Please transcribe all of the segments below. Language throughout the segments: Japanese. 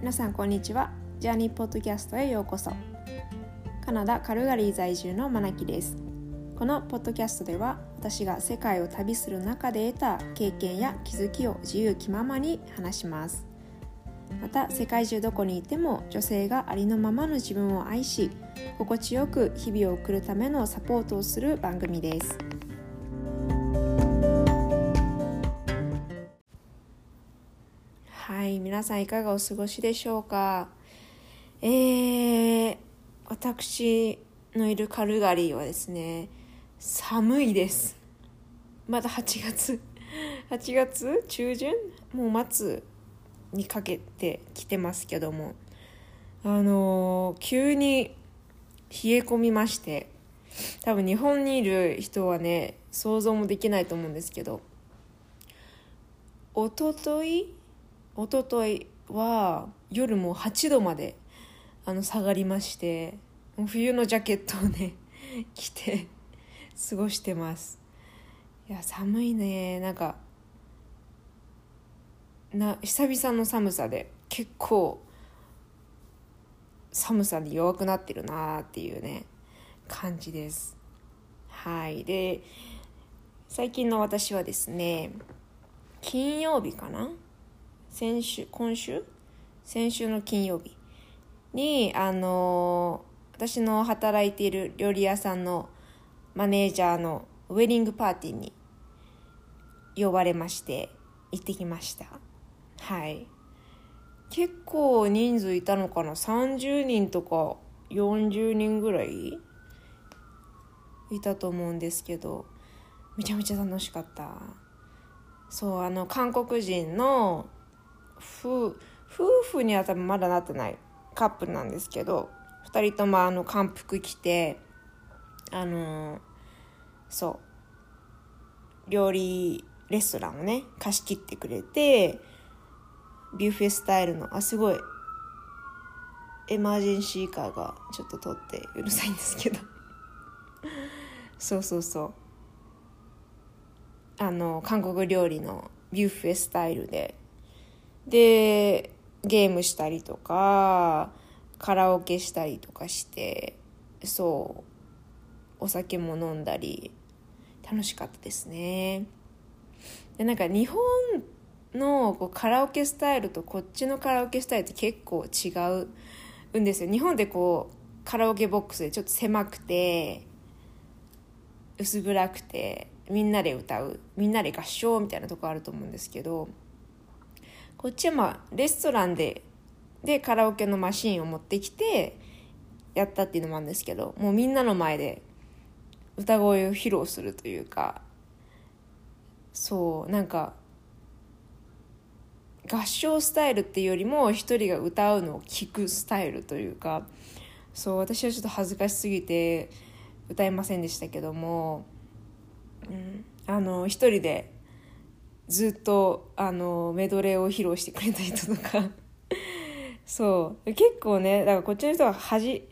皆さんこんにちは。ジャーニーポッドキャストへようこそ。カナダカルガリー在住のマナキです。このポッドキャストでは私が世界を旅する中で得た経験や気づきを自由気ままに話します。また世界中どこにいても女性がありのままの自分を愛し、心地よく日々を送るためのサポートをする番組です。はい、皆さんいかがお過ごしでしょうか。私のいるカルガリーはですね、寒いです。まだ8月中旬もう末にかけて来てますけども、急に冷え込みまして、多分日本にいる人はね想像もできないと思うんですけど、おとといは夜も8度まで下がりまして、冬のジャケットをね着て過ごしてます。いや寒いね。久々の寒さで結構寒さに弱くなってるなっていうね感じです。はい。で、最近の私はですね、金曜日かな、先週の金曜日に私の働いている料理屋さんのマネージャーのウェディングパーティーに呼ばれまして行ってきました。はい。結構人数いたのかな、30人とか40人ぐらいいたと思うんですけど、めちゃめちゃ楽しかった。そう、韓国人の夫婦には多分まだなってないカップルなんですけど、2人とも漢服着て料理レストランをね貸し切ってくれて、ビュッフェスタイルのすごいエマージェンシーカーがちょっと通ってうるさいんですけど韓国料理のビュッフェスタイルでゲームしたりとかカラオケしたりとかして、お酒も飲んだり楽しかったですね。で、日本のカラオケスタイルとこっちのカラオケスタイルって結構違うんですよ。日本でカラオケボックスでちょっと狭くて薄暗くてみんなで歌う、みんなで合唱みたいなとこあると思うんですけど、こっちはレストランでカラオケのマシーンを持ってきてやったっていうのもあるんですけど、もうみんなの前で歌声を披露するというか、合唱スタイルっていうよりも一人が歌うのを聞くスタイルというか、私はちょっと恥ずかしすぎて歌えませんでしたけども、一人でずっとメドレーを披露してくれた人とか結構ね、だからこっちの人は恥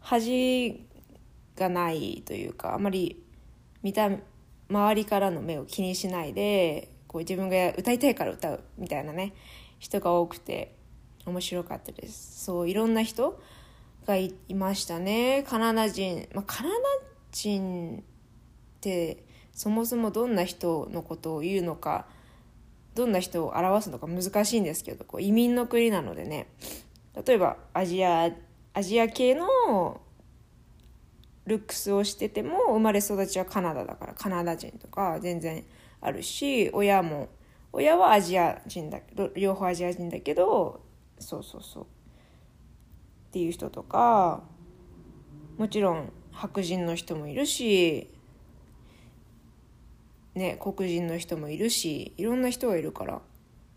がないというか、あまり周りからの目を気にしないで自分が歌いたいから歌うみたいなね人が多くて面白かったです。いろんな人が いましたね。カナダ人ってそもそもどんな人のことを言うのか、どんな人を表すのか難しいんですけど、移民の国なのでね、例えばアジア系のルックスをしてても生まれ育ちはカナダだからカナダ人とか全然あるし、親はアジア人だけど、両方アジア人だけどっていう人とか、もちろん白人の人もいるしね、黒人の人もいるし、いろんな人がいるから、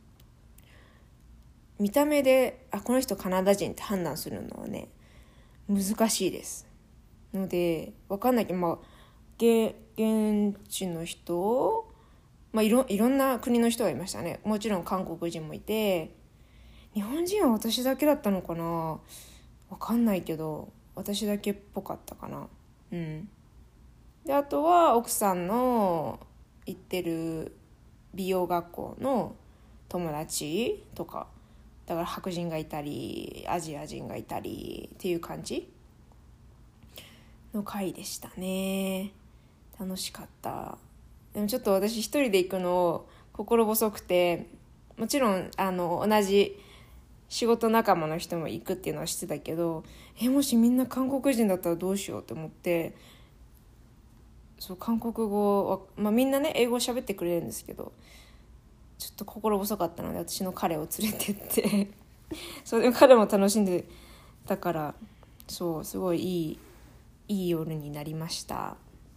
見た目でこの人カナダ人って判断するのはね難しいですので、分かんないけど、現地の人、いろんな国の人がいましたね。もちろん韓国人もいて、日本人は私だけだったのかな、分かんないけど私だけっぽかったかな。で、あとは奥さんの行ってる美容学校の友達とかだから白人がいたりアジア人がいたりっていう感じの回でしたね。楽しかった。でもちょっと私一人で行くの心細くて、もちろん同じ仕事仲間の人も行くっていうのは知ってたけど、もしみんな韓国人だったらどうしようって思って、そう韓国語は、みんなね英語喋ってくれるんですけど、ちょっと心細かったので私の彼を連れてってそれで彼も楽しんでたから、そうすごいいい夜になりました。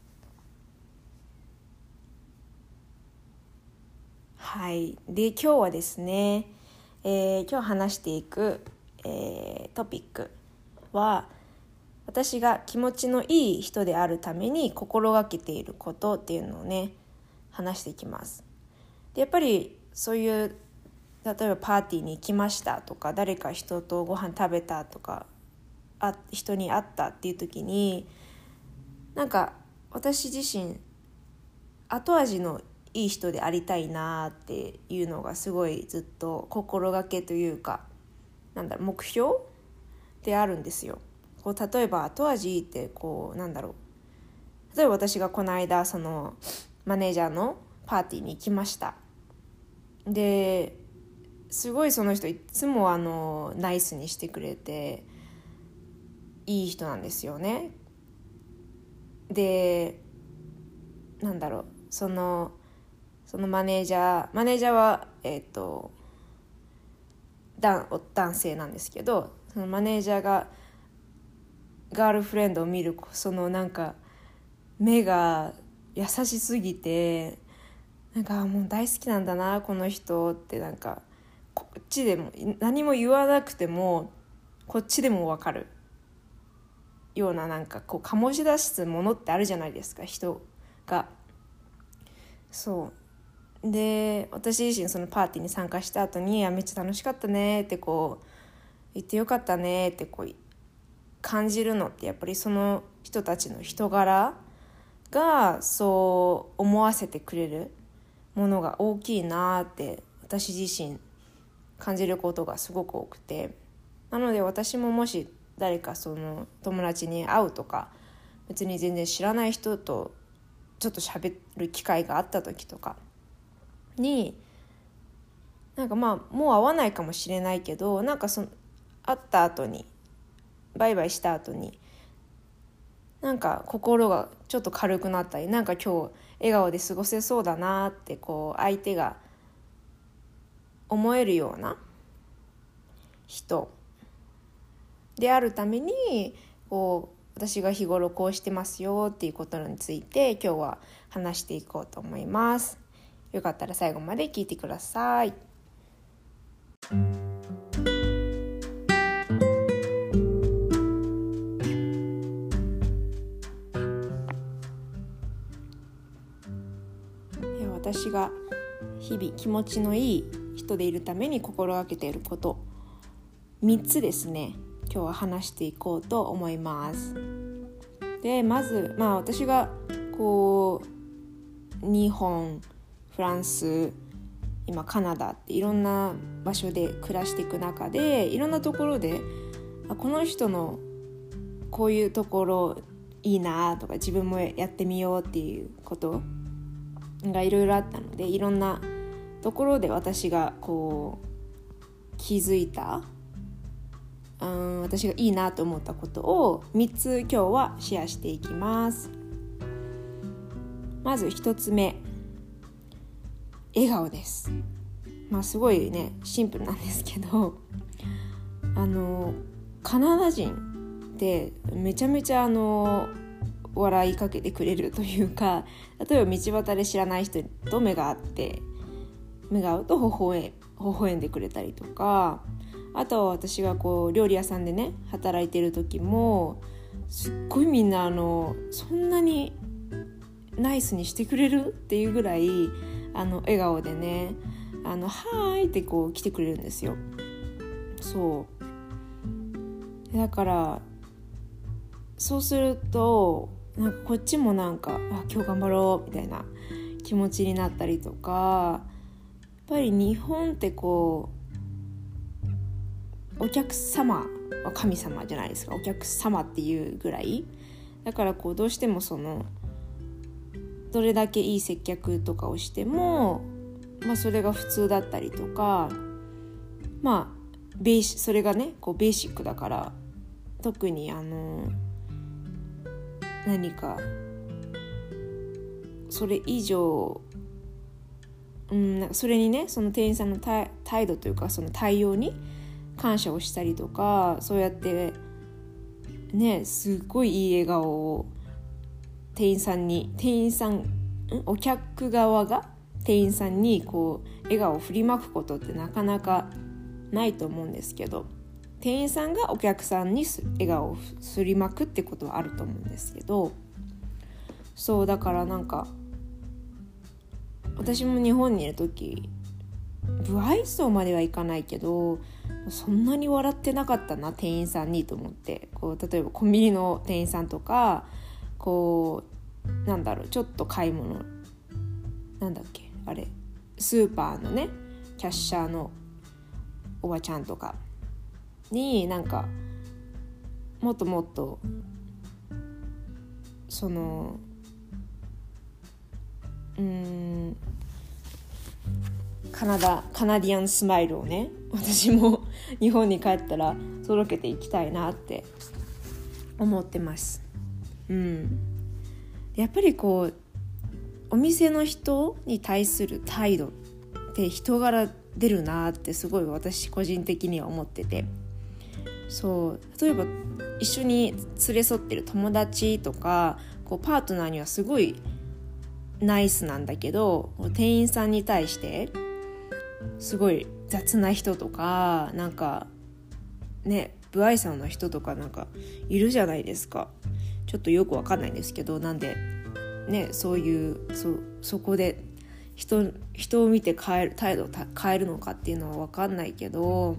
はい。で今日はですね、今日話していく、トピックは、私が気持ちのいい人であるために心がけていることっていうのをね話していきます。でやっぱりそういう例えばパーティーに行きましたとか、誰か人とご飯食べたとか、人に会ったっていう時に、なんか私自身後味のいい人でありたいなっていうのがすごいずっと心がけというか、目標であるんですよ。例えば後味いいって例えば私がこの間そのマネージャーのパーティーに行きました。ですごいその人いつもナイスにしてくれていい人なんですよね。でそのマネージャーは男性なんですけど、そのマネージャーがガールフレンドを見る目が優しすぎて、もう大好きなんだなこの人って、こっちでも何も言わなくてもこっちでも分かるような醸し出すものってあるじゃないですか、人が。そうで私自身そのパーティーに参加した後にめっちゃ楽しかったねって言ってよかったねって感じるのって、やっぱりその人たちの人柄がそう思わせてくれるものが大きいなって私自身感じることがすごく多くて、なので私ももし誰かその友達に会うとか、別に全然知らない人とちょっと喋る機会があった時とかにもう会わないかもしれないけど、会った後にバイバイした後に心がちょっと軽くなったり、今日笑顔で過ごせそうだなって相手が思えるような人であるために私が日頃こうしてますよっていうことについて今日は話していこうと思います。よかったら最後まで聞いてください。私が日々気持ちのいい人でいるために心がけていること3つですね、今日は話していこうと思います。でまず、私が日本、フランス、今カナダっていろんな場所で暮らしていく中で、いろんなところでこの人のこういうところいいなとか、自分もやってみようっていうことがいろいろあったので、いろんなところで私が気づいた、私がいいなと思ったことを3つ今日はシェアしていきます。まず1つ目、笑顔です。すごいねシンプルなんですけど、カナダ人ってめちゃめちゃ笑いかけてくれるというか、例えば道端で知らない人と目が合うと微笑んでくれたりとか、あとは私が料理屋さんでね働いてる時もすっごいみんなそんなにナイスにしてくれるっていうぐらい笑顔でねはーいって来てくれるんですよ。そうだからそうするとこっちも今日頑張ろうみたいな気持ちになったりとか、やっぱり日本ってお客様は神様じゃないですか。お客様っていうぐらいだから、こうどうしてもどれだけいい接客とかをしても、それが普通だったりとか、それがねこうベーシックだから、特に何かそれ以上、それにねその店員さんの態度というか、その対応に感謝をしたりとか、そうやってねすごいいい笑顔をお客側が店員さんにこう笑顔を振りまくことってなかなかないと思うんですけど、店員さんがお客さんに笑顔を振りまくってことはあると思うんですけど、そうだから私も日本にいる時不愛想まではいかないけど、そんなに笑ってなかったな店員さんにと思って、こう例えばコンビニの店員さんとか、こうちょっと買い物スーパーのねキャッシャーのおばちゃんとかにもっともっとカナディアンスマイルをね、私も日本に帰ったら届けていきたいなって思ってます。やっぱりこうお店の人に対する態度って人柄出るなってすごい私個人的には思ってて、そう例えば一緒に連れ添ってる友達とかこうパートナーにはすごいナイスなんだけど、店員さんに対してすごい雑な人とか不愛想な人とかいるじゃないですか。ちょっとよくわかんないんですけど、なんでねそういうそこで人を見て態度を変えるのかっていうのはわかんないけど、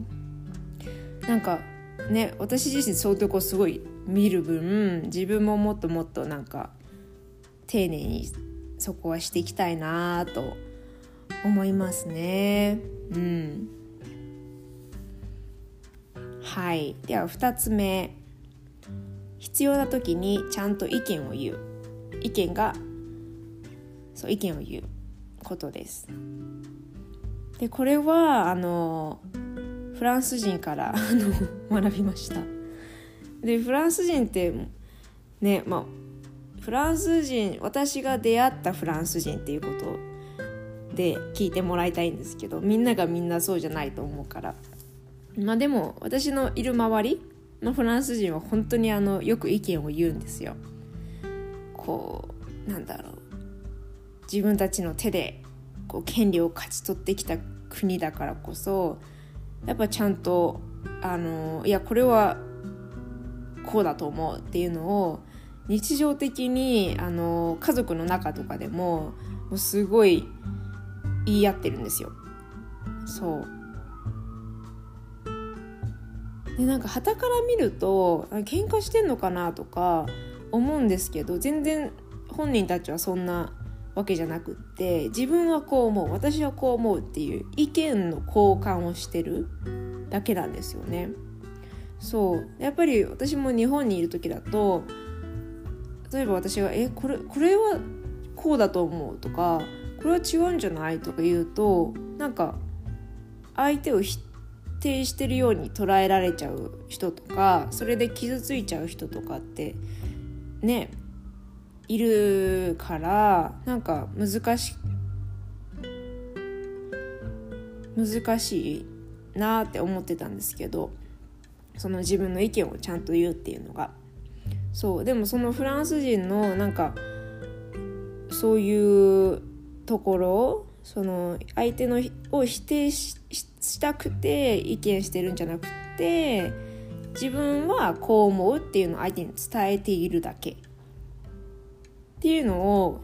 私自身そういうとこすごい見る分、自分ももっともっと丁寧にそこはしていきたいなと思いますね。はい、では2つ目、必要な時にちゃんと意見を言うことです。でこれはフランス人から学びました。でフランス人ってね、フランス人、私が出会ったフランス人っていうことで聞いてもらいたいんですけど、みんながみんなそうじゃないと思うから、でも私のいる周りのフランス人は本当によく意見を言うんですよ。こう自分たちの手でこう権利を勝ち取ってきた国だからこそ、やっぱちゃんといやこれはこうだと思うっていうのを日常的に家族の中とかでもうすごい言い合ってるんですよ。そうで傍から見ると喧嘩してんのかなとか思うんですけど、全然本人たちはそんなわけじゃなくって、自分はこう思う、私はこう思うっていう意見の交換をしてるだけなんですよね。そうやっぱり私も日本にいる時だと、例えば私がこれはこうだと思うとか、これは違うんじゃないとか言うと、相手を否定してるように捉えられちゃう人とか、それで傷ついちゃう人とかってねいるから、難しいなって思ってたんですけど、その自分の意見をちゃんと言うっていうのが、そうでもそのフランス人のそういうところ、その相手のを否定したくて意見してるんじゃなくて、自分はこう思うっていうのを相手に伝えているだけっていうのを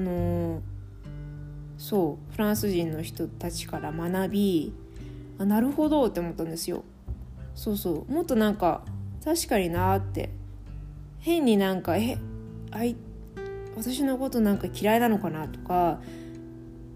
そうフランス人の人たちから学び、なるほどって思ったんですよ。そうもっと確かになって、変に私のこと嫌いなのかなとか、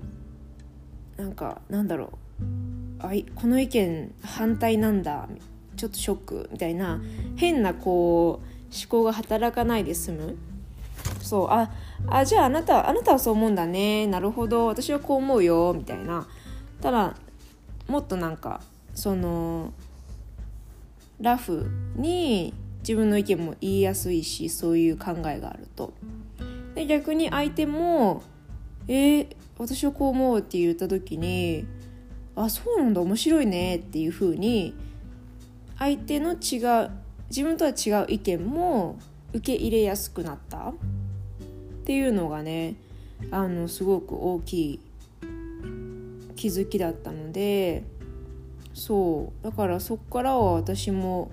この意見反対なんだちょっとショックみたいな変なこう思考が働かないで済む。そうじゃああなたはそう思うんだね、なるほど、私はこう思うよみたいな。ただもっとなんかそのラフに自分の意見も言いやすいし、そういう考えがあると。で逆に相手も私はこう思うって言った時に、そうなんだ、面白いねっていう風に相手の自分とは違う意見も受け入れやすくなったっていうのがね、すごく大きい気づきだったので、そうだからそっからは私も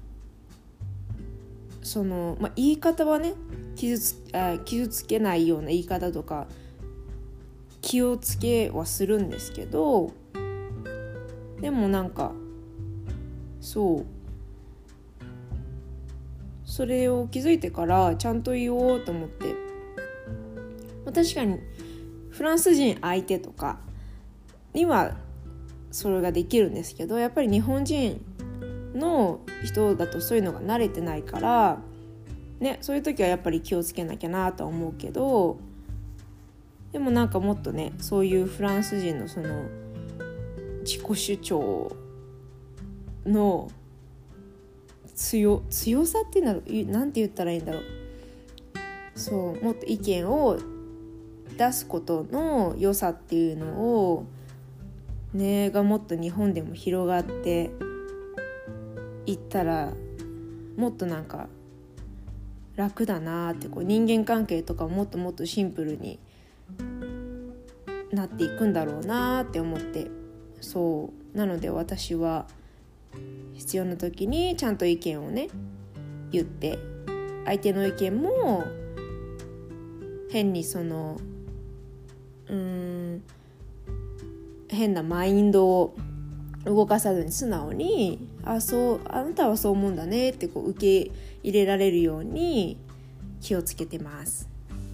言い方はね、傷つけないような言い方とか気をつけはするんですけど、でもなんかそれを気づいてからちゃんと言おうと思って、確かにフランス人相手とかにはそれができるんですけど、やっぱり日本人の人だとそういうのが慣れてないからね、そういう時はやっぱり気をつけなきゃなとは思うけど、でもなんかもっとね、そういうフランス人のその自己主張の強さっていうのはなんて言ったらいいんだろう。もっと意見を出すことの良さっていうのをねがもっと日本でも広がっていったら、もっとなんか楽だなって、こう人間関係とかもっともっとシンプルになっていくんだろうなって思って、なので私は必要な時にちゃんと意見をね言って、相手の意見も変に変なマインドを動かさずに素直にあなたはそう思うんだねってこう受け入れられるように気をつけてます。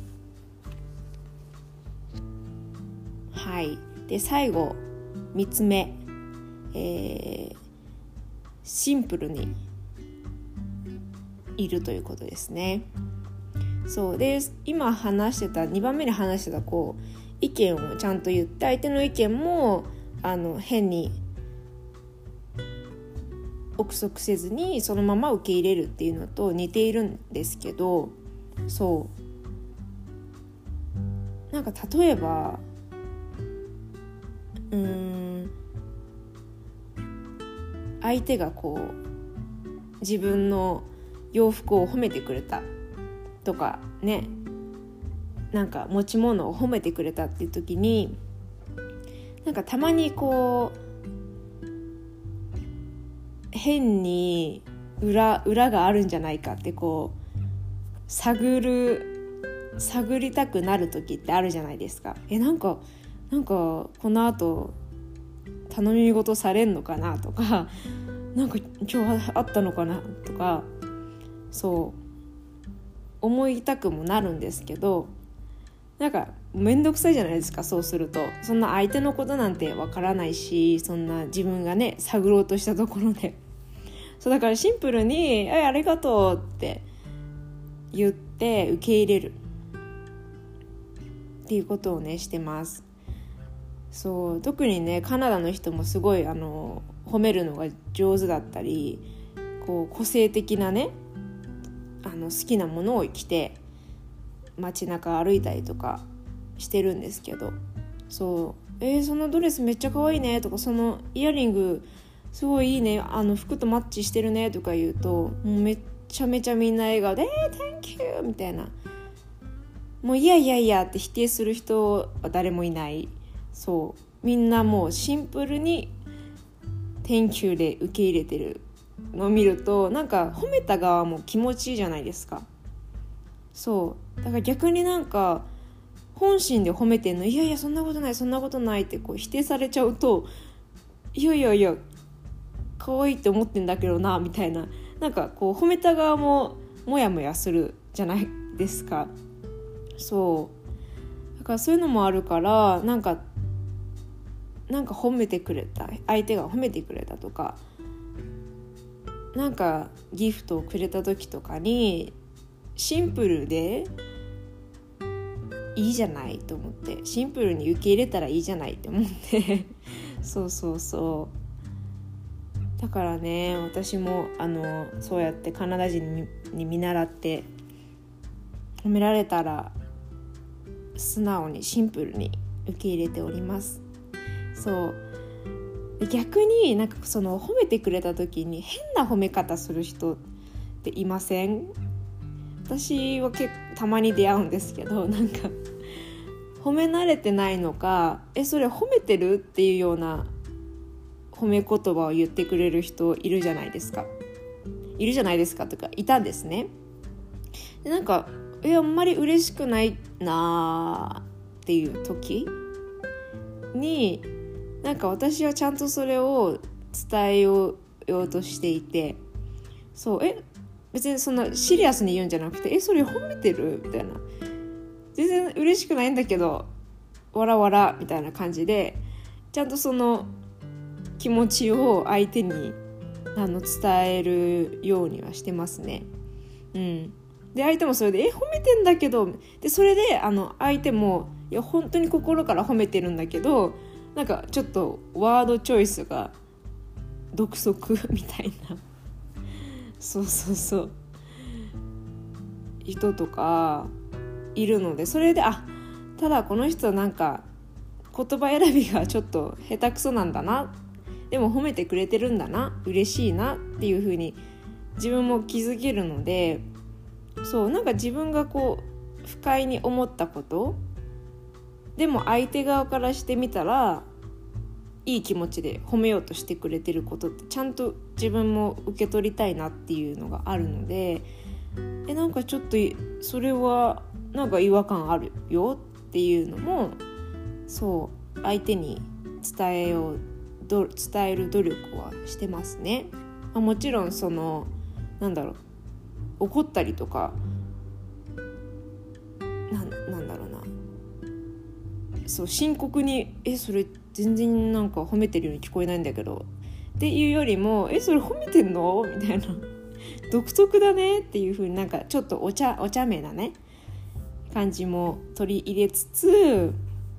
はい。で最後3つ目、シンプルにいるということですね。そうで、今話してた2番目に話してたこう意見をちゃんと言って、相手の意見も変に憶測せずにそのまま受け入れるっていうのと似ているんですけど、なんか例えば相手がこう自分の洋服を褒めてくれたとかね、なんか持ち物を褒めてくれたっていう時に、なんかたまにこう変に裏があるんじゃないかってこう探りたくなる時ってあるじゃないですか。なんかこの後頼み事されんのかなとか、なんか今日あったのかなとか、思いたくもなるんですけど、なんかめんどくさいじゃないですか。そうするとそんな相手のことなんてわからないし、そんな自分がね探ろうとしたところでだからシンプルにありがとうって言って受け入れるっていうことをねしてます。特にねカナダの人もすごい褒めるのが上手だったり、こう個性的なね好きなものを着て街中歩いたりとかしてるんですけど、そのドレスめっちゃ可愛いねとか、そのイヤリングすごいいいね、服とマッチしてるねとか言うと、もうめっちゃめちゃみんな笑顔でThank you みたいな、もういやって否定する人は誰もいない。みんなもうシンプルに Thank you で受け入れてるのを見ると、なんか褒めた側も気持ちいいじゃないですか。だから逆になんか本心で褒めてんの、いやそんなことないってこう否定されちゃうと、いや可愛いって思ってんだけどなみたいな、なんかこう褒めた側もモヤモヤするじゃないですか。だからそういうのもあるから、なんか褒めてくれた、相手が褒めてくれたとかなんかギフトをくれた時とかにシンプルでいいじゃないと思って、シンプルに受け入れたらいいじゃないって思ってそうそうそう、だからね、私もそうやってカナダ人に見習って褒められたら素直にシンプルに受け入れております。そう逆になんかその褒めてくれた時に変な褒め方する人っていません？私はたまに出会うんですけど、なんか褒め慣れてないのか、それ褒めてるっていうような褒め言葉を言ってくれる人いるじゃないですかとかいたんですね。でなんかあんまり嬉しくないなっていう時に、なんか私はちゃんとそれを伝えようとしていて、そう別にそんなシリアスに言うんじゃなくて、それ褒めてるみたいな、全然嬉しくないんだけどわらわらみたいな感じで、ちゃんとその気持ちを相手に伝えるようにはしてますね。で相手もそれで褒めてんだけど、でそれで相手も本当に心から褒めてるんだけど、なんかちょっとワードチョイスが独特みたいなそう人とかいるので、それでただこの人はなんか言葉選びがちょっと下手くそなんだな、でも褒めてくれてるんだな、嬉しいなっていう風に自分も気づけるので、そうなんか自分がこう不快に思ったことでも相手側からしてみたらいい気持ちで褒めようとしてくれてることってちゃんと自分も受け取りたいなっていうのがあるので、なんかちょっとそれはなんか違和感あるよっていうのも、そう相手に伝える努力はしてますね。もちろんその怒ったりとかなんだろうな、そう深刻にそれ全然なんか褒めてるように聞こえないんだけどっていうよりもそれ褒めてんのみたいな独特だねっていう風になんかちょっとお茶目なね感じも取り入れつつ、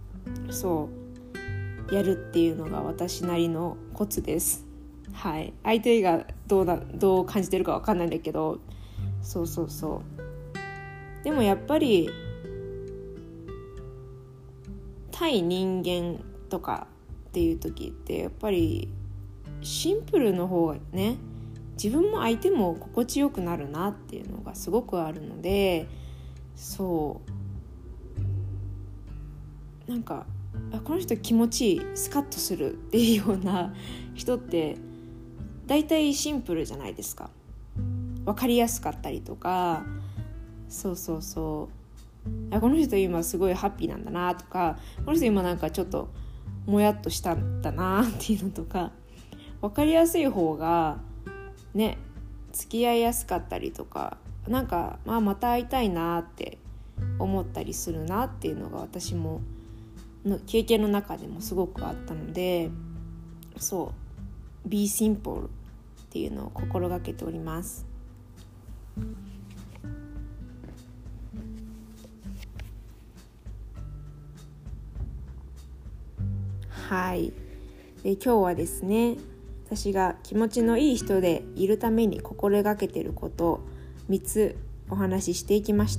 そうやるっていうのが私なりのコツです。はい、相手がどう感じてるか分かんないんだけど、そうでもやっぱり対人間とかっていう時ってやっぱりシンプルの方がね、自分も相手も心地よくなるなっていうのがすごくあるので、なんかこの人気持ちいい、スカッとするっていうような人って大体シンプルじゃないですか。分かりやすかったりとか、この人今すごいハッピーなんだなとか、この人今なんかちょっともやっとしたんだなっていうのとか、分かりやすい方がね付き合いやすかったりとか、なんかまた会いたいなって思ったりするなっていうのが私もの経験の中でもすごくあったので、be simple っていうのを心がけております。はい、で今日はですね、私が気持ちのいい人でいるために心がけていることを3つお話ししていきました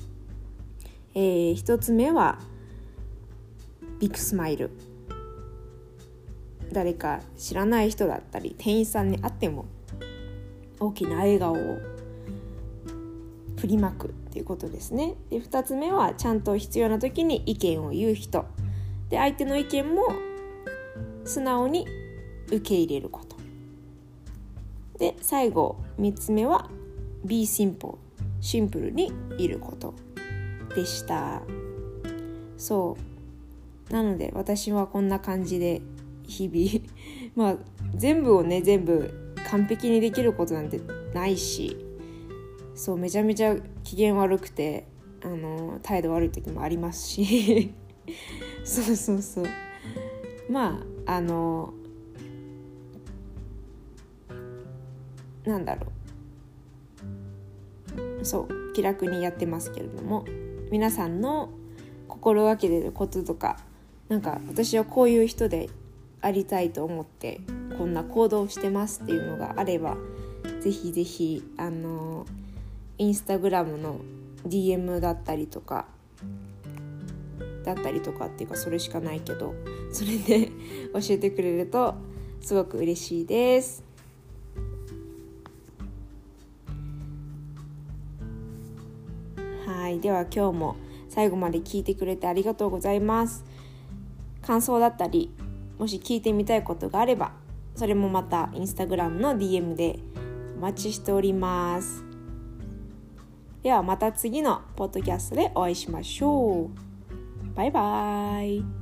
。1つ目はビッグスマイル。誰か知らない人だったり店員さんに会っても大きな笑顔を振りまくっていうことですね。で2つ目はちゃんと必要な時に意見を言う人で、相手の意見も素直に受け入れることで、最後3つ目は be simple、 シンプルにいることでした。なので私はこんな感じで日々全部完璧にできることなんてないし、めちゃめちゃ機嫌悪くて態度悪い時もありますしそう気楽にやってますけれども、皆さんの心がけてることとか、私はこういう人でありたいと思ってこんな行動してますっていうのがあれば、ぜひぜひインスタグラムの DM だったりとかっていうか、それしかないけど、それで教えてくれるとすごく嬉しいです。はい、では今日も最後まで聞いてくれてありがとうございます。感想だったり、もし聞いてみたいことがあれば、それもまたインスタグラムの DM でお待ちしております。ではまた次のポッドキャストでお会いしましょう。バイバイ。